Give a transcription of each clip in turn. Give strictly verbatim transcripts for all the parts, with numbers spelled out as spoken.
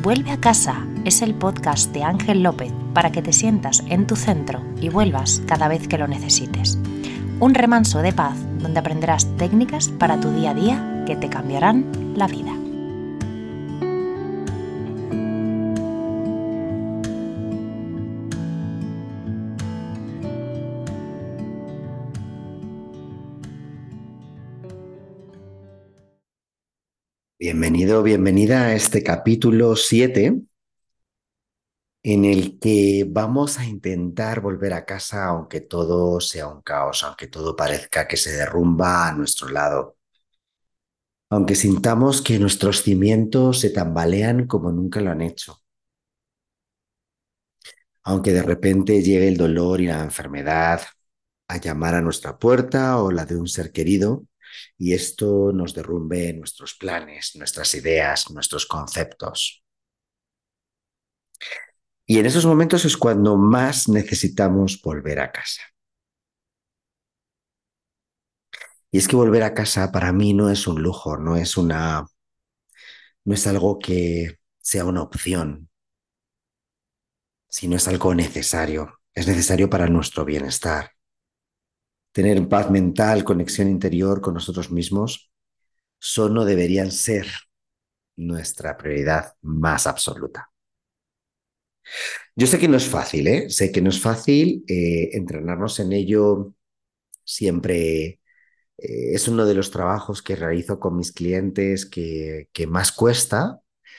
Vuelve a casa es el podcast de Ángel López para que te sientas en tu centro y vuelvas cada vez que lo necesites. Un remanso de paz donde aprenderás técnicas para tu día a día que te cambiarán la vida. Bienvenido, bienvenida a este capítulo siete en el que vamos a intentar volver a casa aunque todo sea un caos, aunque todo parezca que se derrumba a nuestro lado, aunque sintamos que nuestros cimientos se tambalean como nunca lo han hecho, aunque de repente llegue el dolor y la enfermedad a llamar a nuestra puerta o la de un ser querido y esto nos derrumbe nuestros planes, nuestras ideas, nuestros conceptos. Y en esos momentos es cuando más necesitamos volver a casa. Y es que volver a casa para mí no es un lujo, no es una, no es algo que sea una opción, sino es algo necesario. Es necesario para nuestro bienestar. Tener paz mental, conexión interior con nosotros mismos, son o deberían ser nuestra prioridad más absoluta. Yo sé que no es fácil, ¿eh? Sé que no es fácil eh, entrenarnos en ello siempre. Eh, es uno de los trabajos que realizo con mis clientes que, que más cuesta,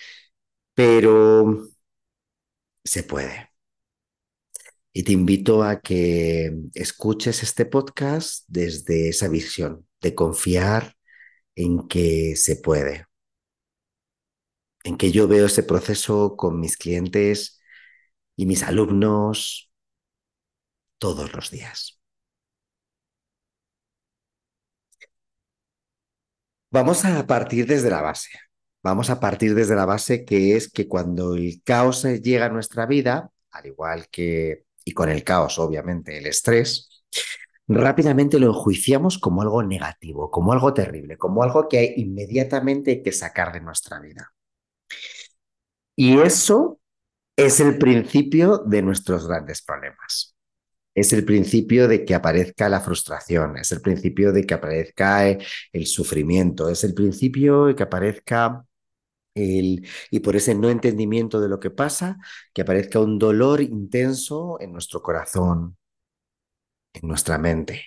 pero se puede. Y te invito a que escuches este podcast desde esa visión de confiar en que se puede, en que yo veo ese proceso con mis clientes y mis alumnos todos los días. Vamos a partir desde la base. Vamos a partir desde la base que es que cuando el caos llega a nuestra vida, al igual que, y con el caos obviamente el estrés, rápidamente lo enjuiciamos como algo negativo, como algo terrible, como algo que inmediatamente hay que sacar de nuestra vida. Y eso es el principio de nuestros grandes problemas. Es el principio de que aparezca la frustración, es el principio de que aparezca el sufrimiento, es el principio de que aparezca el, y por ese no entendimiento de lo que pasa, que aparezca un dolor intenso en nuestro corazón, en nuestra mente.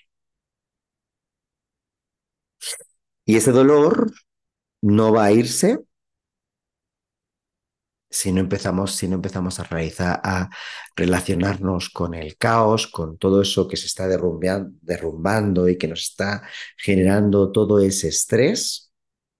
Y ese dolor no va a irse si no empezamos, si no empezamos a realizar, a relacionarnos con el caos, con todo eso que se está derrumbando y que nos está generando todo ese estrés,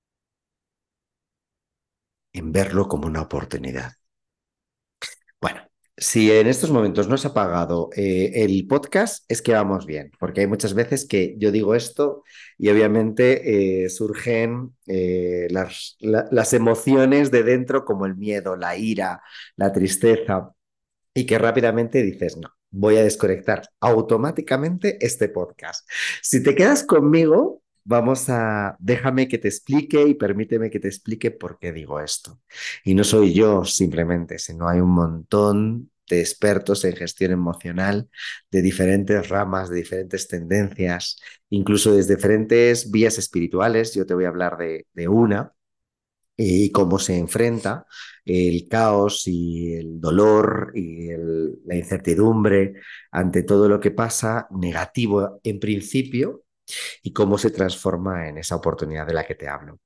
en verlo como una oportunidad. Bueno, si en estos momentos no se ha apagado eh, el podcast, es que vamos bien, porque hay muchas veces que yo digo esto y obviamente eh, surgen eh, las, la, las emociones de dentro como el miedo, la ira, la tristeza y que rápidamente dices, no, voy a desconectar automáticamente este podcast. Si te quedas conmigo, vamos a, déjame que te explique y permíteme que te explique por qué digo esto. Y no soy yo simplemente, sino hay un montón de expertos en gestión emocional de diferentes ramas, de diferentes tendencias, incluso desde diferentes vías espirituales. Yo te voy a hablar de, de una y cómo se enfrenta el caos y el dolor y el, la incertidumbre ante todo lo que pasa negativo en principio y cómo se transforma en esa oportunidad de la que te hablo.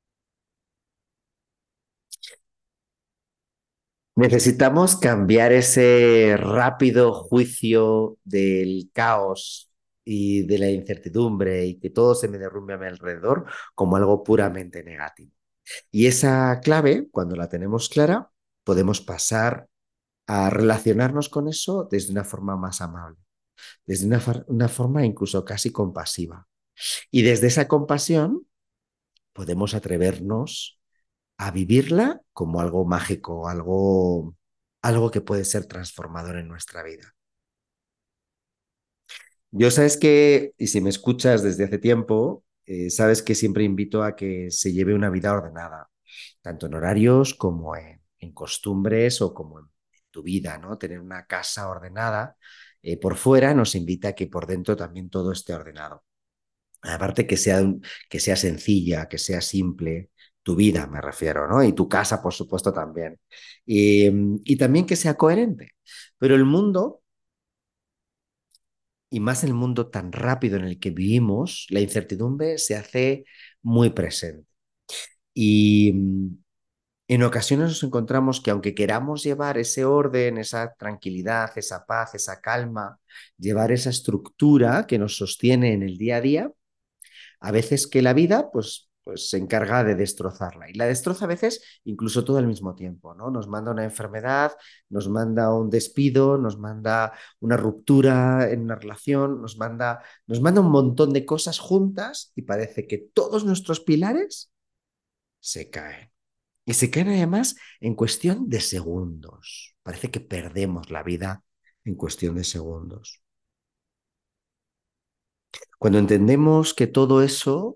Necesitamos cambiar ese rápido juicio del caos y de la incertidumbre y que todo se me derrumbe a mi alrededor como algo puramente negativo. Y esa clave, cuando la tenemos clara, podemos pasar a relacionarnos con eso desde una forma más amable, desde una, una forma incluso casi compasiva. Y desde esa compasión podemos atrevernos a vivirla como algo mágico, algo, algo que puede ser transformador en nuestra vida. Yo sabes que, y si me escuchas desde hace tiempo, eh, sabes que siempre invito a que se lleve una vida ordenada, tanto en horarios como en en costumbres o como en tu vida, ¿no? Tener una casa ordenada eh, por fuera nos invita a que por dentro también todo esté ordenado. Aparte que sea, un- que sea sencilla, que sea simple, tu vida me refiero, ¿no? Y tu casa, por supuesto, también. Y, y también que sea coherente. Pero el mundo, y más el mundo tan rápido en el que vivimos, la incertidumbre se hace muy presente. Y mm, en ocasiones nos encontramos que aunque queramos llevar ese orden, esa tranquilidad, esa paz, esa calma, llevar esa estructura que nos sostiene en el día a día, a veces que la vida pues, pues se encarga de destrozarla y la destroza a veces incluso todo al mismo tiempo, ¿no? Nos manda una enfermedad, nos manda un despido, nos manda una ruptura en una relación, nos manda, nos manda un montón de cosas juntas y parece que todos nuestros pilares se caen. Y se caen además en cuestión de segundos. Parece que perdemos la vida en cuestión de segundos. Cuando entendemos que todo eso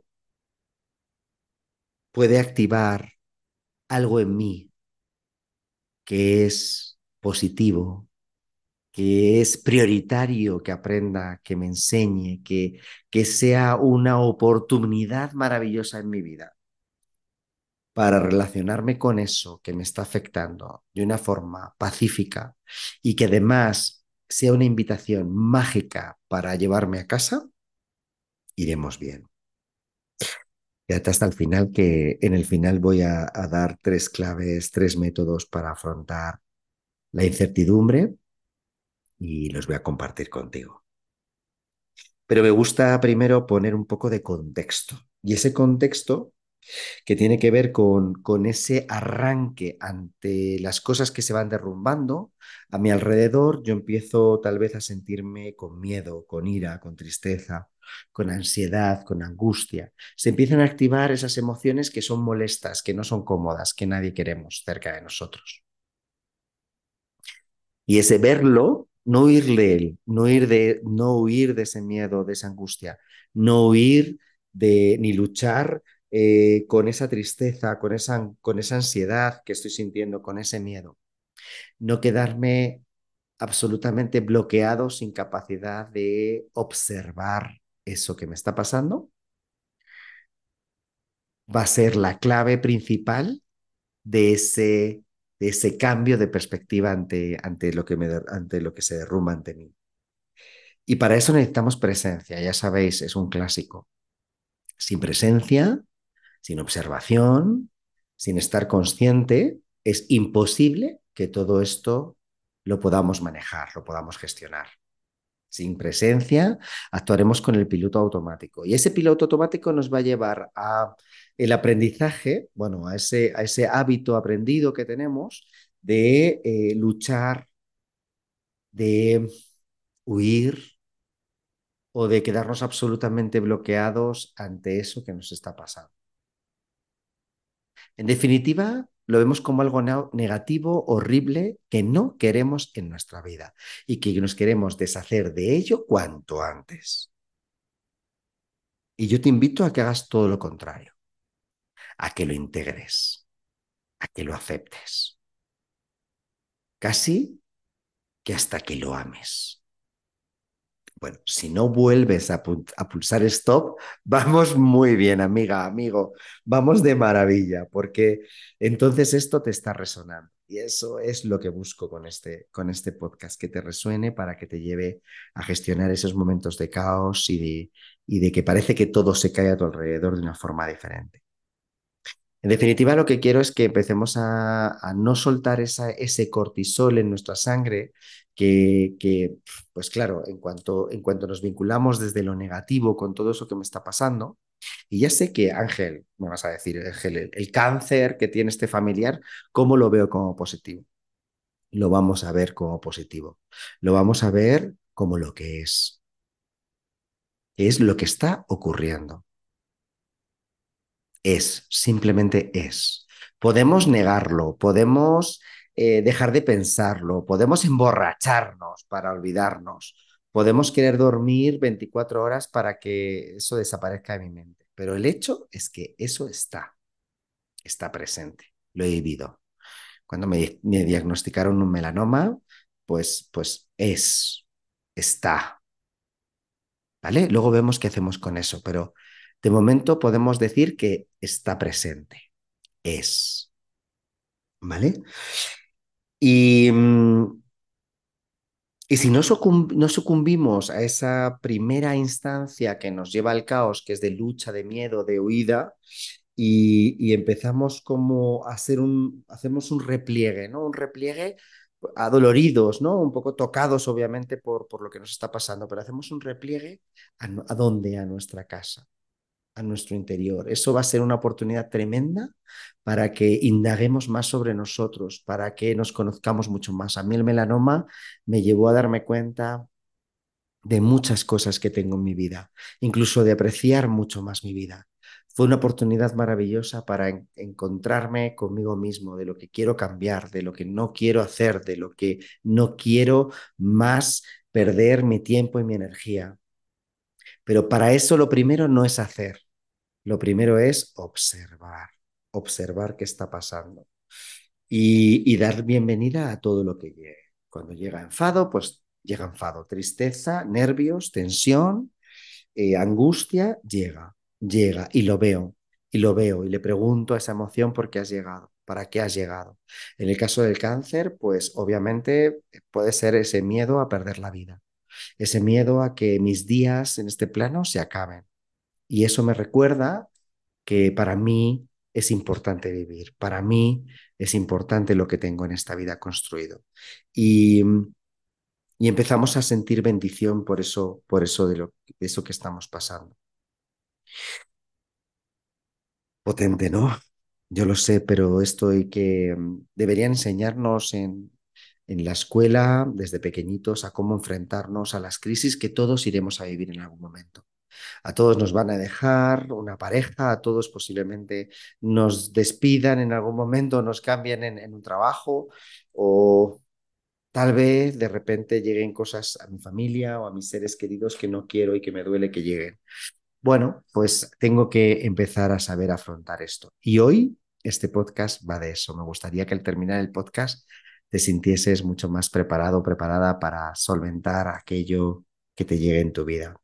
puede activar algo en mí que es positivo, que es prioritario que aprenda, que me enseñe, que, que sea una oportunidad maravillosa en mi vida para relacionarme con eso que me está afectando de una forma pacífica y que además sea una invitación mágica para llevarme a casa, iremos bien. Quédate hasta el final, que en el final voy a, a dar tres claves, tres métodos para afrontar la incertidumbre y los voy a compartir contigo. Pero me gusta primero poner un poco de contexto. Y ese contexto que tiene que ver con, con ese arranque ante las cosas que se van derrumbando a mi alrededor, yo empiezo tal vez a sentirme con miedo, con ira, con tristeza, con ansiedad, con angustia. Se empiezan a activar esas emociones que son molestas, que no son cómodas, que nadie queremos cerca de nosotros. Y ese verlo, no huir de él, no huir de, no huir de ese miedo, de esa angustia, no huir de ni luchar eh, con esa tristeza, con esa, con esa ansiedad que estoy sintiendo, con ese miedo. No quedarme absolutamente bloqueado, sin capacidad de observar eso que me está pasando, va a ser la clave principal de ese, de ese cambio de perspectiva ante, ante, lo que me, ante lo que se derrumba ante mí. Y para eso necesitamos presencia, ya sabéis, es un clásico. Sin presencia, sin observación, sin estar consciente, es imposible que todo esto lo podamos manejar, lo podamos gestionar. Sin presencia, actuaremos con el piloto automático. Y ese piloto automático nos va a llevar a el aprendizaje, bueno, a ese, a ese hábito aprendido que tenemos de eh, luchar, de huir, o de quedarnos absolutamente bloqueados ante eso que nos está pasando. En definitiva, lo vemos como algo negativo, horrible, que no queremos en nuestra vida y que nos queremos deshacer de ello cuanto antes. Y yo te invito a que hagas todo lo contrario, a que lo integres, a que lo aceptes, casi que hasta que lo ames. Bueno, si no vuelves a, pu a, pulsar stop, vamos muy bien, amiga, amigo, vamos de maravilla, porque entonces esto te está resonando. Y eso es lo que busco con este, con este podcast, que te resuene para que te lleve a gestionar esos momentos de caos y de, y de que parece que todo se cae a tu alrededor de una forma diferente. En definitiva, lo que quiero es que empecemos a, a no soltar esa, ese cortisol en nuestra sangre, que, que, pues claro, en cuanto, en cuanto nos vinculamos desde lo negativo con todo eso que me está pasando, y ya sé que Ángel, me vas a decir, Ángel, el, el cáncer que tiene este familiar, ¿cómo lo veo como positivo? Lo vamos a ver como positivo. Lo vamos a ver como lo que es, que es lo que está ocurriendo. Es, simplemente es. Podemos negarlo, podemos eh, dejar de pensarlo, podemos emborracharnos para olvidarnos, podemos querer dormir veinticuatro horas para que eso desaparezca de mi mente. Pero el hecho es que eso está, está presente, lo he vivido. Cuando me, me diagnosticaron un melanoma, pues, pues es, está, ¿vale? Luego vemos qué hacemos con eso, pero de momento podemos decir que está presente, es, ¿vale? Y, mm, y si no, sucumb- no sucumbimos a esa primera instancia que nos lleva al caos, que es de lucha, de miedo, de huida, y, y empezamos como a hacer un, hacemos un repliegue, ¿no? Un repliegue adoloridos, ¿no? Un poco tocados, obviamente, por, por lo que nos está pasando, pero hacemos un repliegue a, no- ¿a dónde? A nuestra casa, a nuestro interior. Eso va a ser una oportunidad tremenda para que indaguemos más sobre nosotros, para que nos conozcamos mucho más. A mí el melanoma me llevó a darme cuenta de muchas cosas que tengo en mi vida, incluso de apreciar mucho más mi vida. Fue una oportunidad maravillosa para en- encontrarme conmigo mismo, de lo que quiero cambiar, de lo que no quiero hacer, de lo que no quiero más perder mi tiempo y mi energía. Pero para eso lo primero no es hacer, lo primero es observar, observar qué está pasando y, y dar bienvenida a todo lo que llegue. Cuando llega enfado, pues llega enfado, tristeza, nervios, tensión, eh, angustia, llega, llega y lo veo, y lo veo y le pregunto a esa emoción por qué has llegado, para qué has llegado. En el caso del cáncer, pues obviamente puede ser ese miedo a perder la vida, ese miedo a que mis días en este plano se acaben. Y eso me recuerda que para mí es importante vivir, para mí es importante lo que tengo en esta vida construido. Y, y empezamos a sentir bendición por eso, por eso de, lo, de eso que estamos pasando. Potente, ¿no? Yo lo sé, pero esto hay que mm, deberían enseñarnos en, en la escuela desde pequeñitos a cómo enfrentarnos a las crisis que todos iremos a vivir en algún momento. A todos nos van a dejar una pareja, a todos posiblemente nos despidan en algún momento, nos cambien en, en un trabajo o tal vez de repente lleguen cosas a mi familia o a mis seres queridos que no quiero y que me duele que lleguen. Bueno, pues tengo que empezar a saber afrontar esto. Y hoy este podcast va de eso. Me gustaría que al terminar el podcast te sintieses mucho más preparado o preparada para solventar aquello que te llegue en tu vida.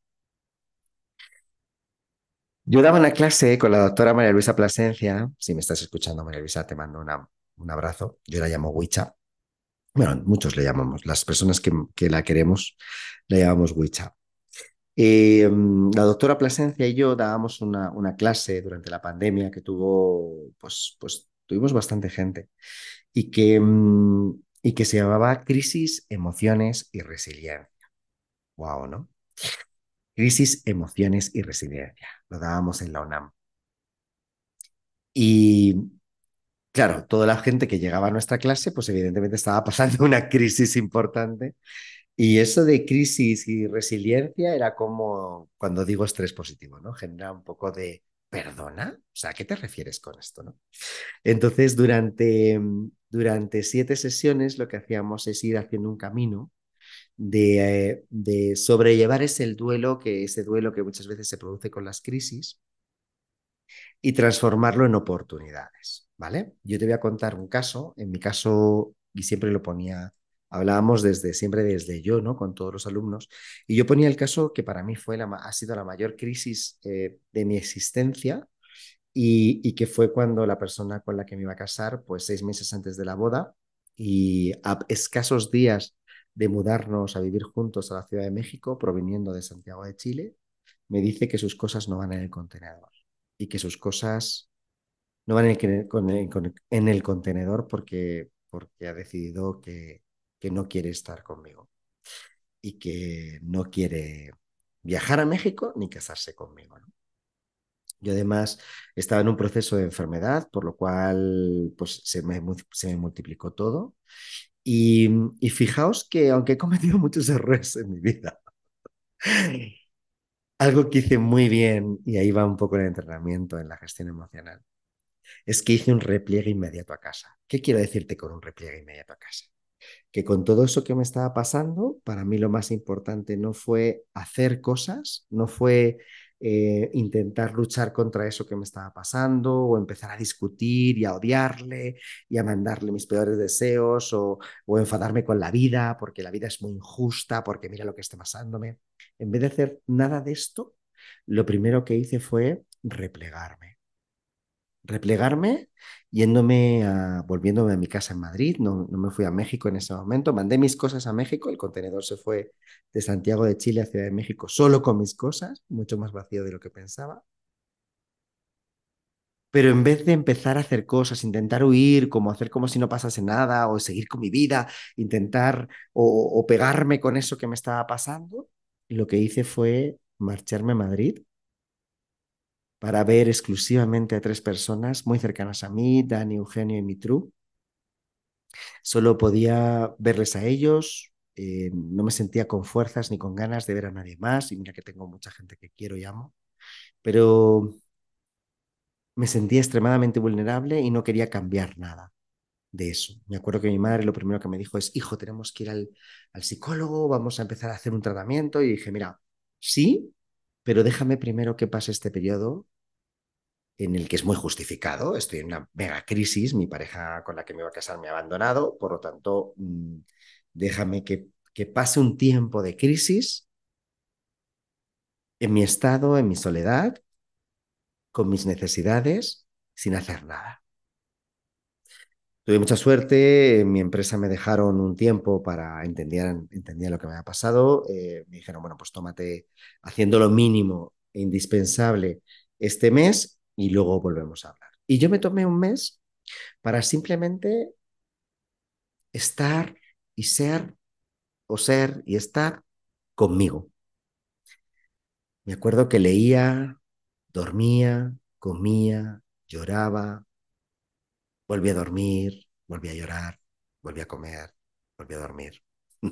Yo daba una clase con la doctora María Luisa Plasencia. Si me estás escuchando, María Luisa, te mando una- un abrazo. Yo la llamo Huicha. Bueno, muchos le llamamos. Las personas que, que la queremos la llamamos Huicha. Eh, la doctora Plasencia y yo dábamos una, una clase durante la pandemia que tuvo, pues, pues tuvimos bastante gente y que, mm, y que se llamaba Crisis, Emociones y Resiliencia. Wow, ¿no? Crisis, Emociones y Resiliencia. Lo dábamos en la UNAM. Y claro, toda la gente que llegaba a nuestra clase, pues evidentemente estaba pasando una crisis importante. Y eso de crisis y resiliencia era como cuando digo estrés positivo, ¿no? Genera un poco de perdona. O sea, ¿a qué te refieres con esto, no? Entonces, durante, durante siete sesiones lo que hacíamos es ir haciendo un camino de, eh, de sobrellevar ese duelo, que ese duelo que muchas veces se produce con las crisis y transformarlo en oportunidades, ¿vale? Yo te voy a contar un caso, en mi caso, y siempre lo ponía, hablábamos desde, siempre desde yo, ¿no? Con todos los alumnos, y yo ponía el caso que para mí fue la, ha sido la mayor crisis eh, de mi existencia y, y que fue cuando la persona con la que me iba a casar, pues seis meses antes de la boda y a escasos días de mudarnos a vivir juntos a la Ciudad de México, proviniendo de Santiago de Chile, me dice que sus cosas no van en el contenedor y que sus cosas no van en el, con el- con- en el contenedor porque, porque ha decidido que, que no quiere estar conmigo y que no quiere viajar a México ni casarse conmigo, ¿no? Yo además estaba en un proceso de enfermedad, por lo cual pues, se me, mu- se me multiplicó todo. Y, y fijaos que aunque he cometido muchos errores en mi vida, algo que hice muy bien, y ahí va un poco el entrenamiento en la gestión emocional, es que hice un repliegue inmediato a casa. ¿Qué quiero decirte con un repliegue inmediato a casa? Que con todo eso que me estaba pasando, para mí lo más importante no fue hacer cosas, no fue eh, intentar luchar contra eso que me estaba pasando o empezar a discutir y a odiarle y a mandarle mis peores deseos o, o enfadarme con la vida porque la vida es muy injusta, porque mira lo que está pasándome. En vez de hacer nada de esto, lo primero que hice fue replegarme. Replegarme, yéndome a, volviéndome a mi casa en Madrid, no, no me fui a México en ese momento, mandé mis cosas a México, el contenedor se fue de Santiago de Chile a Ciudad de México solo con mis cosas, mucho más vacío de lo que pensaba. Pero en vez de empezar a hacer cosas, intentar huir, como hacer como si no pasase nada, o seguir con mi vida, intentar o, o pegarme con eso que me estaba pasando, lo que hice fue marcharme a Madrid para ver exclusivamente a tres personas muy cercanas a mí, Dani, Eugenio y Mitru. Solo podía verles a ellos, eh, no me sentía con fuerzas ni con ganas de ver a nadie más, y mira que tengo mucha gente que quiero y amo, pero me sentía extremadamente vulnerable y no quería cambiar nada de eso. Me acuerdo que mi madre lo primero que me dijo es, hijo, tenemos que ir al, al psicólogo, vamos a empezar a hacer un tratamiento, y dije, mira, sí, pero déjame primero que pase este periodo en el que es muy justificado, estoy en una mega crisis, mi pareja con la que me iba a casar me ha abandonado, por lo tanto, mmm, déjame que, que pase un tiempo de crisis en mi estado, en mi soledad, con mis necesidades, sin hacer nada. Tuve mucha suerte, en mi empresa me dejaron un tiempo para entender, entender lo que me había pasado, eh, me dijeron, bueno, pues tómate haciendo lo mínimo e indispensable este mes y luego volvemos a hablar. Y yo me tomé un mes para simplemente estar y ser, o ser y estar conmigo. Me acuerdo que leía, dormía, comía, lloraba, volvía a dormir, volvía a llorar, volvía a comer, volvía a dormir.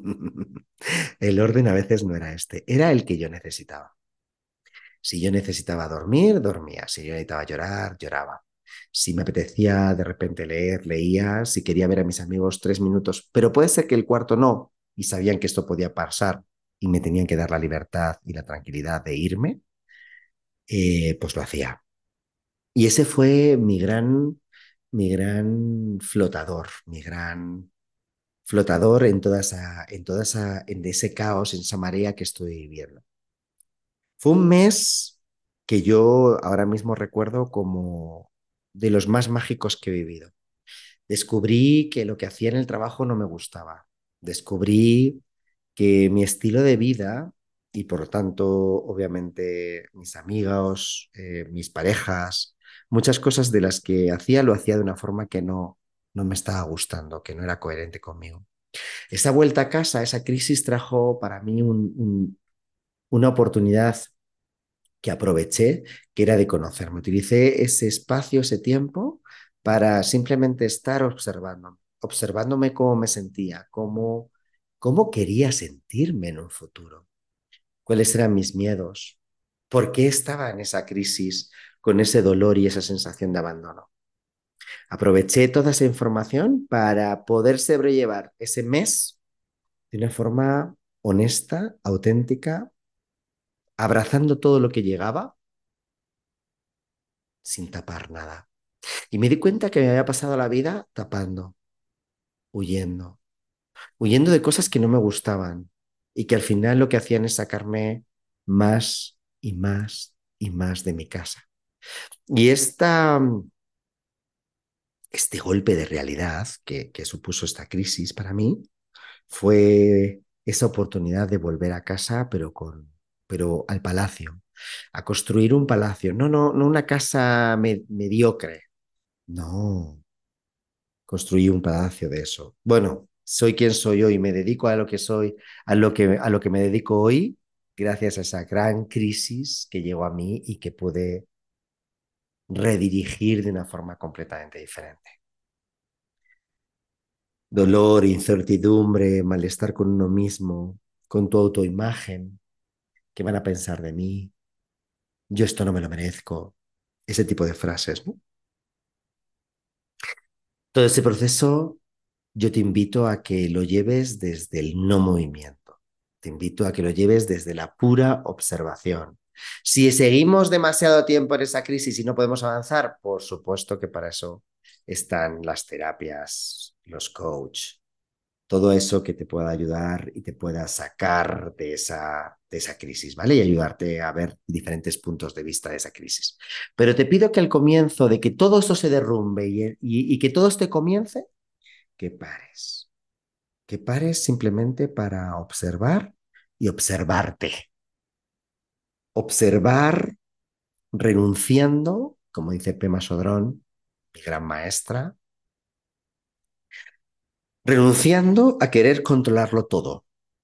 El orden a veces no era este, era el que yo necesitaba. Si yo necesitaba dormir, dormía. Si yo necesitaba llorar, lloraba. Si me apetecía de repente leer, leía. Si quería ver a mis amigos, tres minutos. Pero puede ser que el cuarto no. Y sabían que esto podía pasar y me tenían que dar la libertad y la tranquilidad de irme. Eh, pues lo hacía. Y ese fue mi gran, mi gran flotador, mi gran flotador en toda esa, en toda esa, en ese caos, en esa marea que estoy viviendo. Fue un mes que yo ahora mismo recuerdo como de los más mágicos que he vivido. Descubrí que lo que hacía en el trabajo no me gustaba. Descubrí que mi estilo de vida y por lo tanto, obviamente, mis amigos, eh, mis parejas, muchas cosas de las que hacía lo hacía de una forma que no, no me estaba gustando, que no era coherente conmigo. Esa vuelta a casa, esa crisis trajo para mí un, un, una oportunidad que aproveché, que era de conocerme. Utilicé ese espacio, ese tiempo, para simplemente estar observándome, observándome cómo me sentía, cómo, cómo quería sentirme en un futuro, cuáles eran mis miedos, por qué estaba en esa crisis con ese dolor y esa sensación de abandono. Aproveché toda esa información para poder sobrellevar ese mes de una forma honesta, auténtica, abrazando todo lo que llegaba sin tapar nada. Y me di cuenta que me había pasado la vida tapando, huyendo, huyendo de cosas que no me gustaban y que al final lo que hacían es sacarme más y más y más de mi casa. Y esta, este golpe de realidad que, que supuso esta crisis para mí fue esa oportunidad de volver a casa, pero, con, pero al palacio, a construir un palacio, no, no, no una casa me, mediocre, no, construí un palacio de eso. Bueno, soy quien soy hoy, me dedico a lo que soy, a lo que, a lo que me dedico hoy, gracias a esa gran crisis que llegó a mí y que pude redirigir de una forma completamente diferente. Dolor, incertidumbre, malestar con uno mismo, con tu autoimagen, qué van a pensar de mí, yo esto no me lo merezco, ese tipo de frases, ¿no? Todo ese proceso yo te invito a que lo lleves desde el no movimiento. Te invito a que lo lleves desde la pura observación, Si seguimos demasiado tiempo en esa crisis y no podemos avanzar, por supuesto que para eso están las terapias, los coach, todo eso que te pueda ayudar y te pueda sacar de esa, de esa crisis, ¿vale? Y ayudarte a ver diferentes puntos de vista de esa crisis. Pero te pido que al comienzo de que todo esto se derrumbe y, y, y que todo este comience, que pares, que pares simplemente para observar y observarte. Observar renunciando, como dice Pema Sodrón, mi gran maestra, renunciando a querer controlarlo todo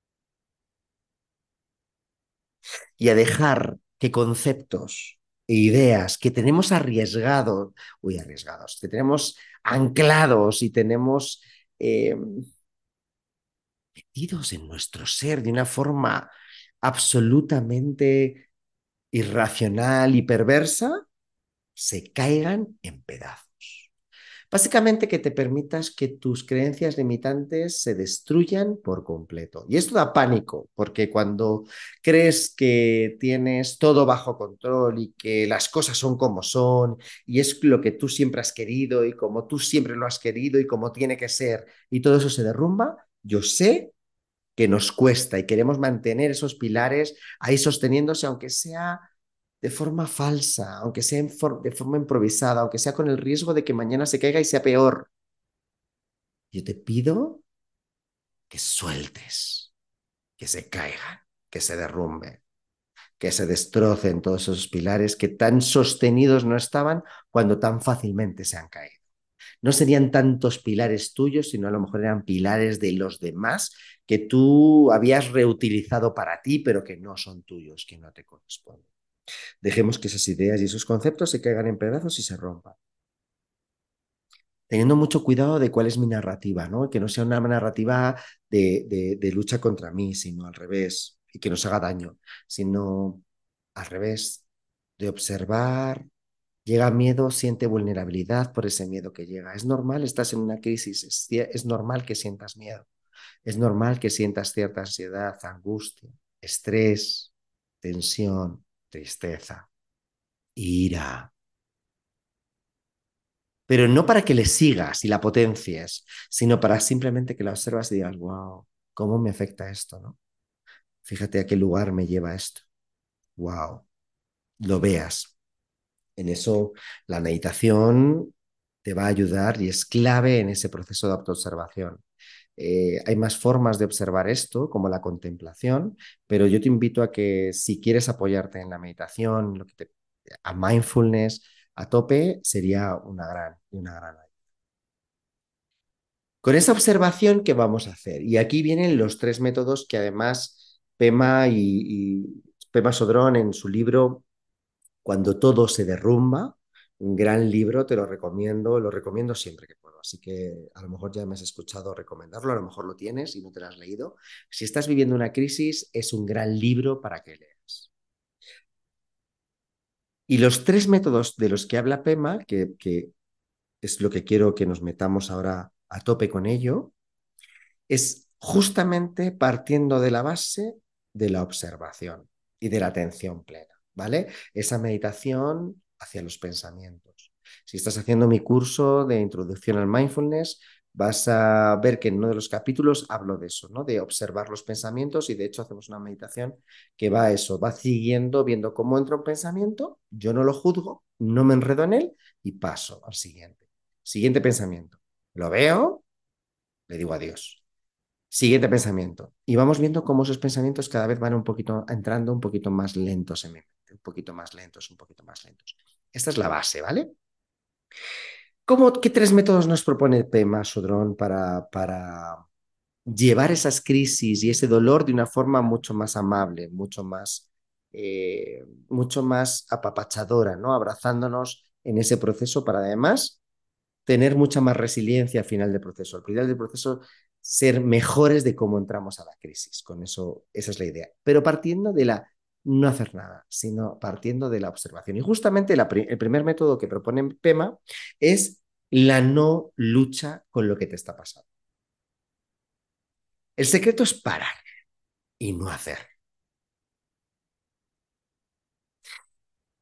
y a dejar que conceptos e ideas que tenemos arriesgados, uy, arriesgados, que tenemos anclados y tenemos eh, metidos en nuestro ser de una forma absolutamente irracional y perversa, se caigan en pedazos. Básicamente que te permitas que tus creencias limitantes se destruyan por completo. Y esto da pánico, porque cuando crees que tienes todo bajo control y que las cosas son como son y es lo que tú siempre has querido y como tú siempre lo has querido y como tiene que ser y todo eso se derrumba, yo sé que nos cuesta y queremos mantener esos pilares ahí sosteniéndose, aunque sea de forma falsa, aunque sea en for de forma improvisada, aunque sea con el riesgo de que mañana se caiga y sea peor. Yo te pido que sueltes, que se caigan, que se derrumben, que se destrocen todos esos pilares que tan sostenidos no estaban cuando tan fácilmente se han caído. No serían tantos pilares tuyos, sino a lo mejor eran pilares de los demás que tú habías reutilizado para ti, pero que no son tuyos, que no te corresponden. Dejemos que esas ideas y esos conceptos se caigan en pedazos y se rompan. Teniendo mucho cuidado de cuál es mi narrativa, ¿no? Que no sea una narrativa de, de, de lucha contra mí, sino al revés, y que nos haga daño, sino al revés, de observar, llega miedo, siente vulnerabilidad por ese miedo que llega. Es normal, estás en una crisis, es, es normal que sientas miedo, es normal que sientas cierta ansiedad, angustia, estrés, tensión, tristeza, ira, pero no para que le sigas y la potencies, sino para simplemente que la observas y digas, wow, ¿cómo me afecta esto, no? Fíjate a qué lugar me lleva esto. Wow, lo veas. En eso la meditación te va a ayudar y es clave en ese proceso de autoobservación. Eh, hay más formas de observar esto, como la contemplación, pero yo te invito a que si quieres apoyarte en la meditación, lo que te, a mindfulness a tope, sería una gran, una gran ayuda. Con esa observación, ¿qué vamos a hacer? Y aquí vienen los tres métodos que además Pema y, y Pema Sodrón en su libro Cuando todo se derrumba, un gran libro, te lo recomiendo, lo recomiendo siempre que puedo. Así que a lo mejor ya me has escuchado recomendarlo, a lo mejor lo tienes y no te lo has leído. Si estás viviendo una crisis, es un gran libro para que leas. Y los tres métodos de los que habla Pema, que, que es lo que quiero que nos metamos ahora a tope con ello, es justamente partiendo de la base de la observación y de la atención plena, ¿vale? Esa meditación hacia los pensamientos. Si estás haciendo mi curso de introducción al mindfulness, vas a ver que en uno de los capítulos hablo de eso, ¿no? De observar los pensamientos y de hecho hacemos una meditación que va a eso, va siguiendo, viendo cómo entra un pensamiento, yo no lo juzgo, no me enredo en él y paso al siguiente. Siguiente pensamiento. Lo veo, le digo adiós. Siguiente pensamiento. Y vamos viendo cómo esos pensamientos cada vez van un poquito entrando un poquito más lentos en mi mente, un poquito más lentos, un poquito más lentos. Esta es la base, ¿vale? ¿Cómo, qué tres métodos nos propone Pema Sodrón para, para llevar esas crisis y ese dolor de una forma mucho más amable, mucho más, eh, mucho más apapachadora, ¿no? Abrazándonos en ese proceso para además tener mucha más resiliencia al final del proceso, al final del proceso ser mejores de cómo entramos a la crisis. Con eso, esa es la idea. Pero partiendo de la no hacer nada, sino partiendo de la observación. Y justamente la, el primer método que propone Pema es la no lucha con lo que te está pasando. El secreto es parar y no hacer.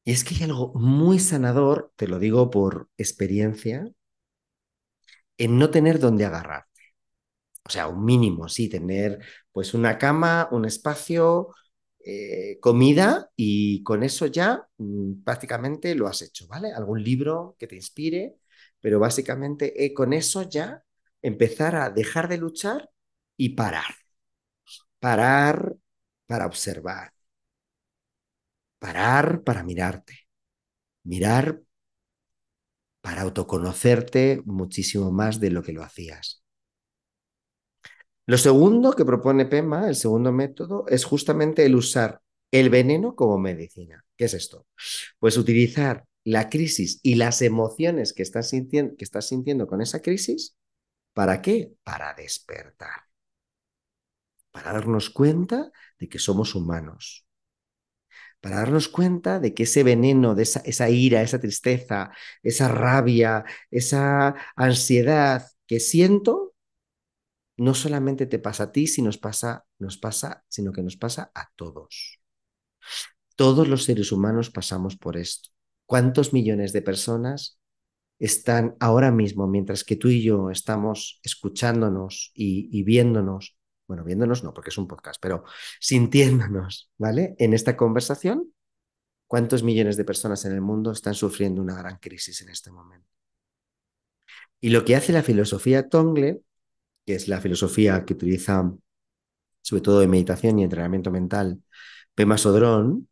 Y es que hay algo muy sanador, te lo digo por experiencia, en no tener dónde agarrar. O sea, un mínimo, sí, tener pues una cama, un espacio, eh, comida y con eso ya mm, prácticamente lo has hecho, ¿vale? Algún libro que te inspire, pero básicamente eh, con eso ya empezar a dejar de luchar y parar. Parar para observar, parar para mirarte, mirar para autoconocerte muchísimo más de lo que lo hacías. Lo segundo que propone Pema, el segundo método, es justamente el usar el veneno como medicina. ¿Qué es esto? Pues utilizar la crisis y las emociones que estás sintiendo, que estás sintiendo con esa crisis. ¿Para qué? Para despertar, para darnos cuenta de que somos humanos, para darnos cuenta de que ese veneno, de esa, esa ira, esa tristeza, esa rabia, esa ansiedad que siento, no solamente te pasa a ti, sino nos pasa, nos pasa, sino que nos pasa a todos. Todos los seres humanos pasamos por esto. ¿Cuántos millones de personas están ahora mismo, mientras que tú y yo estamos escuchándonos y, y viéndonos, bueno, viéndonos no, porque es un podcast, pero sintiéndonos, ¿vale? En esta conversación, ¿cuántos millones de personas en el mundo están sufriendo una gran crisis en este momento? Y lo que hace la filosofía Tongle, que es la filosofía que utiliza sobre todo de meditación y entrenamiento mental, Pema Sodrón,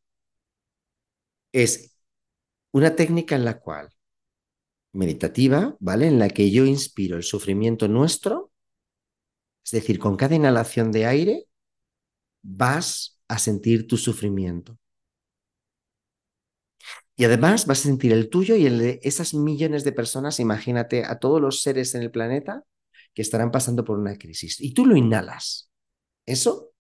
es una técnica en la cual, meditativa, ¿vale? En la que yo inspiro el sufrimiento nuestro, es decir, con cada inhalación de aire vas a sentir tu sufrimiento. Y además vas a sentir el tuyo y el de esas millones de personas, imagínate a todos los seres en el planeta que estarán pasando por una crisis. Y tú lo inhalas. Eso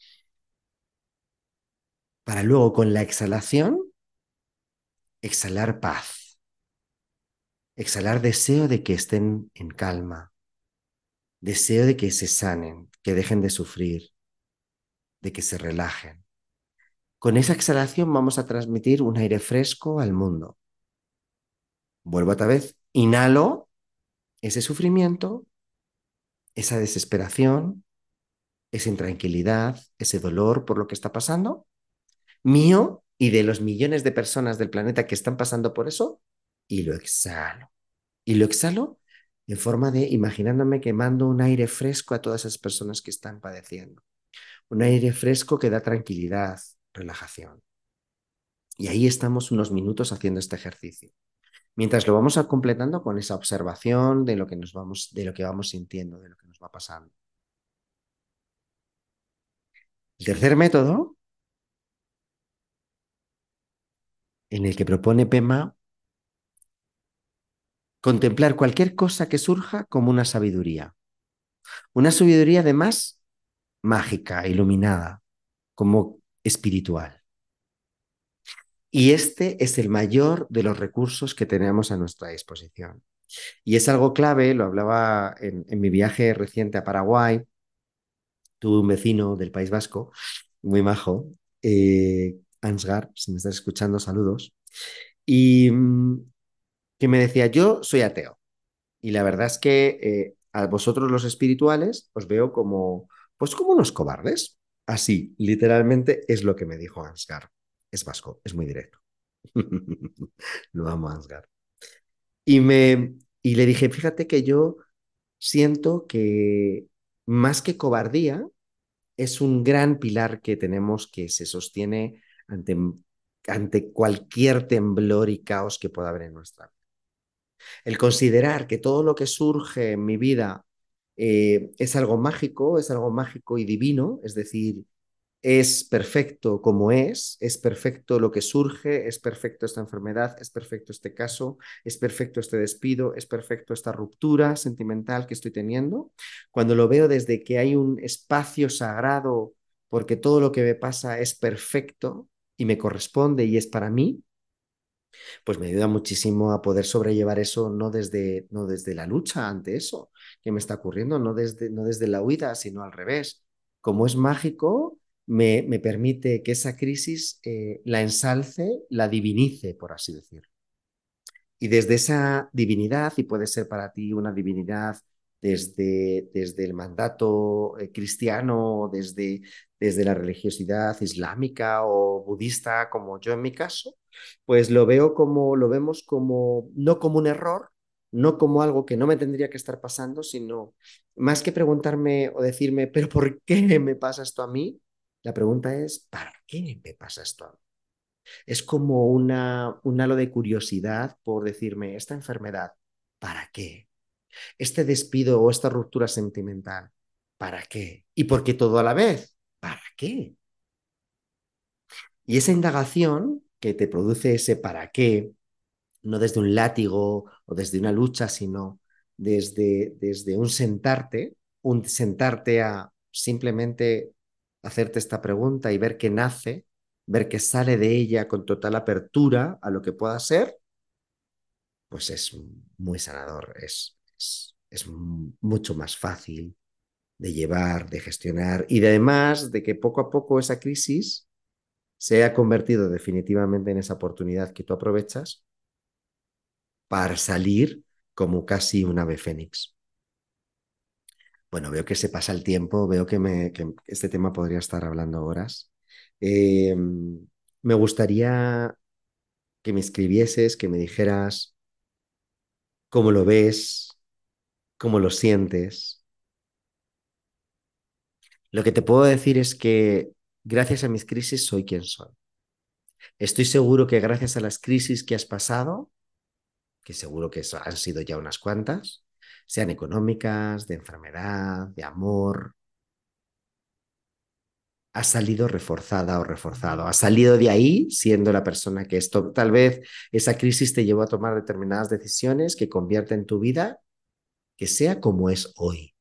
para luego con la exhalación, exhalar paz, exhalar deseo de que estén en calma, deseo de que se sanen, que dejen de sufrir, de que se relajen. Con esa exhalación vamos a transmitir un aire fresco al mundo. Vuelvo otra vez, inhalo ese sufrimiento, esa desesperación, esa intranquilidad, ese dolor por lo que está pasando, mío y de los millones de personas del planeta que están pasando por eso, y lo exhalo. Y lo exhalo en forma de imaginándome que mando un aire fresco a todas esas personas que están padeciendo. Un aire fresco que da tranquilidad, relajación. Y ahí estamos unos minutos haciendo este ejercicio. Mientras lo vamos a completando con esa observación de lo que nos vamos, de lo que vamos sintiendo, de lo que nos va pasando. El tercer método, en el que propone Pema, contemplar cualquier cosa que surja como una sabiduría. Una sabiduría además mágica, iluminada, como espiritual. Y este es el mayor de los recursos que tenemos a nuestra disposición. Y es algo clave, lo hablaba en, en mi viaje reciente a Paraguay, tuve un vecino del País Vasco, muy majo, eh, Ansgar, si me estás escuchando, saludos, y mm, que me decía, yo soy ateo. Y la verdad es que eh, a vosotros los espirituales os veo como, pues como unos cobardes. Así, literalmente es lo que me dijo Ansgar. Es vasco, es muy directo. Lo amo, Ansgar. Y, me, y le dije, fíjate que yo siento que más que cobardía, es un gran pilar que tenemos que se sostiene ante, ante cualquier temblor y caos que pueda haber en nuestra vida. El considerar que todo lo que surge en mi vida eh, es algo mágico, es algo mágico y divino, es decir, es perfecto como es, es perfecto lo que surge, es perfecto esta enfermedad, es perfecto este caso, es perfecto este despido, es perfecto esta ruptura sentimental que estoy teniendo. Cuando lo veo desde que hay un espacio sagrado, porque todo lo que me pasa es perfecto y me corresponde y es para mí, pues me ayuda muchísimo a poder sobrellevar eso no desde, no desde la lucha ante eso que me está ocurriendo, no desde, no desde la huida, sino al revés. Como es mágico, me, me permite que esa crisis eh, la ensalce, la divinice, por así decirlo. Y desde esa divinidad, y puede ser para ti una divinidad desde, desde el mandato eh, cristiano, desde, desde la religiosidad islámica o budista, como yo en mi caso, pues lo veo como, lo vemos como, no como un error, no como algo que no me tendría que estar pasando, sino más que preguntarme o decirme, pero ¿por qué me pasa esto a mí? La pregunta es, ¿para qué me pasa esto a mí? Es como una, un halo de curiosidad por decirme, esta enfermedad, ¿para qué? Este despido o esta ruptura sentimental, ¿para qué? ¿Y por qué todo a la vez? ¿Para qué? Y esa indagación que te produce ese para qué, no desde un látigo o desde una lucha, sino desde, desde un sentarte, un sentarte a simplemente hacerte esta pregunta y ver qué nace, ver qué sale de ella con total apertura a lo que pueda ser, pues es muy sanador, es, es, es mucho más fácil de llevar, de gestionar y de además de que poco a poco esa crisis se ha convertido definitivamente en esa oportunidad que tú aprovechas para salir como casi un ave fénix. Bueno, veo que se pasa el tiempo, veo que, me, que este tema podría estar hablando horas. Eh, me gustaría que me escribieses, que me dijeras cómo lo ves, cómo lo sientes. Lo que te puedo decir es que gracias a mis crisis soy quien soy. Estoy seguro que gracias a las crisis que has pasado, que seguro que han sido ya unas cuantas, sean económicas, de enfermedad, de amor, has salido reforzada o reforzado. Has salido de ahí siendo la persona que esto, tal vez esa crisis te llevó a tomar determinadas decisiones que convierten tu vida que sea como es hoy.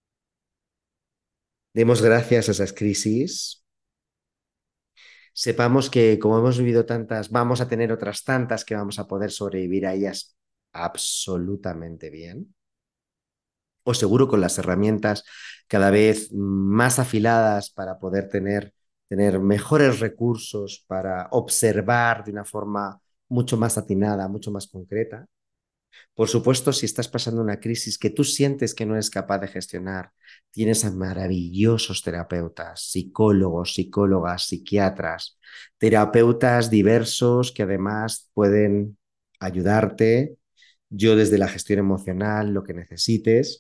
Demos gracias a esas crisis. Sepamos que como hemos vivido tantas, vamos a tener otras tantas que vamos a poder sobrevivir a ellas absolutamente bien. O seguro con las herramientas cada vez más afiladas para poder tener, tener mejores recursos para observar de una forma mucho más atinada, mucho más concreta. Por supuesto, si estás pasando una crisis que tú sientes que no eres capaz de gestionar, tienes a maravillosos terapeutas, psicólogos, psicólogas, psiquiatras, terapeutas diversos que además pueden ayudarte. Yo desde la gestión emocional, lo que necesites.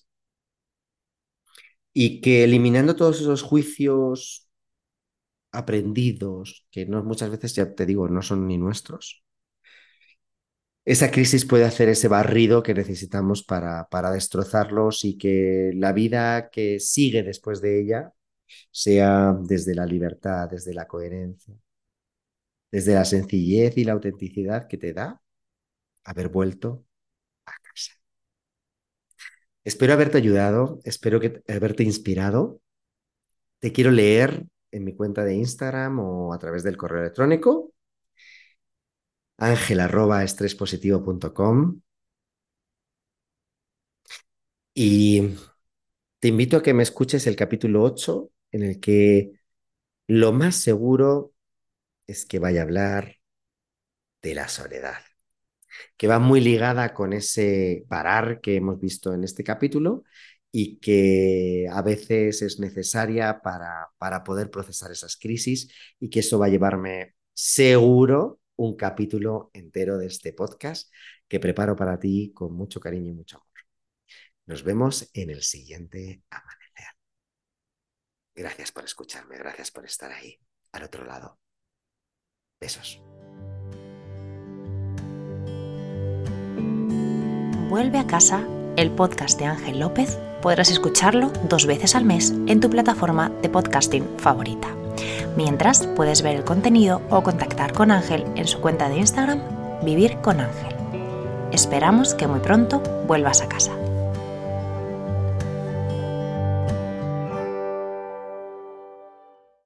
Y que eliminando todos esos juicios aprendidos, que no, muchas veces, ya te digo, no son ni nuestros, esa crisis puede hacer ese barrido que necesitamos para, para destrozarlos y que la vida que sigue después de ella sea desde la libertad, desde la coherencia, desde la sencillez y la autenticidad que te da haber vuelto a casa. Espero haberte ayudado, espero que, haberte inspirado. Te quiero leer en mi cuenta de Instagram o a través del correo electrónico ángel arroba estrespositivo punto com y te invito a que me escuches el capítulo ocho en el que lo más seguro es que vaya a hablar de la soledad, que va muy ligada con ese parar que hemos visto en este capítulo y que a veces es necesaria para, para poder procesar esas crisis y que eso va a llevarme seguro un capítulo entero de este podcast que preparo para ti con mucho cariño y mucho amor. Nos vemos en el siguiente amanecer. Gracias por escucharme, gracias por estar ahí, al otro lado. Besos. Vuelve a casa, el podcast de Ángel López, podrás escucharlo dos veces al mes en tu plataforma de podcasting favorita. Mientras, puedes ver el contenido o contactar con Ángel en su cuenta de Instagram, Vivir con Ángel. Esperamos que muy pronto vuelvas a casa.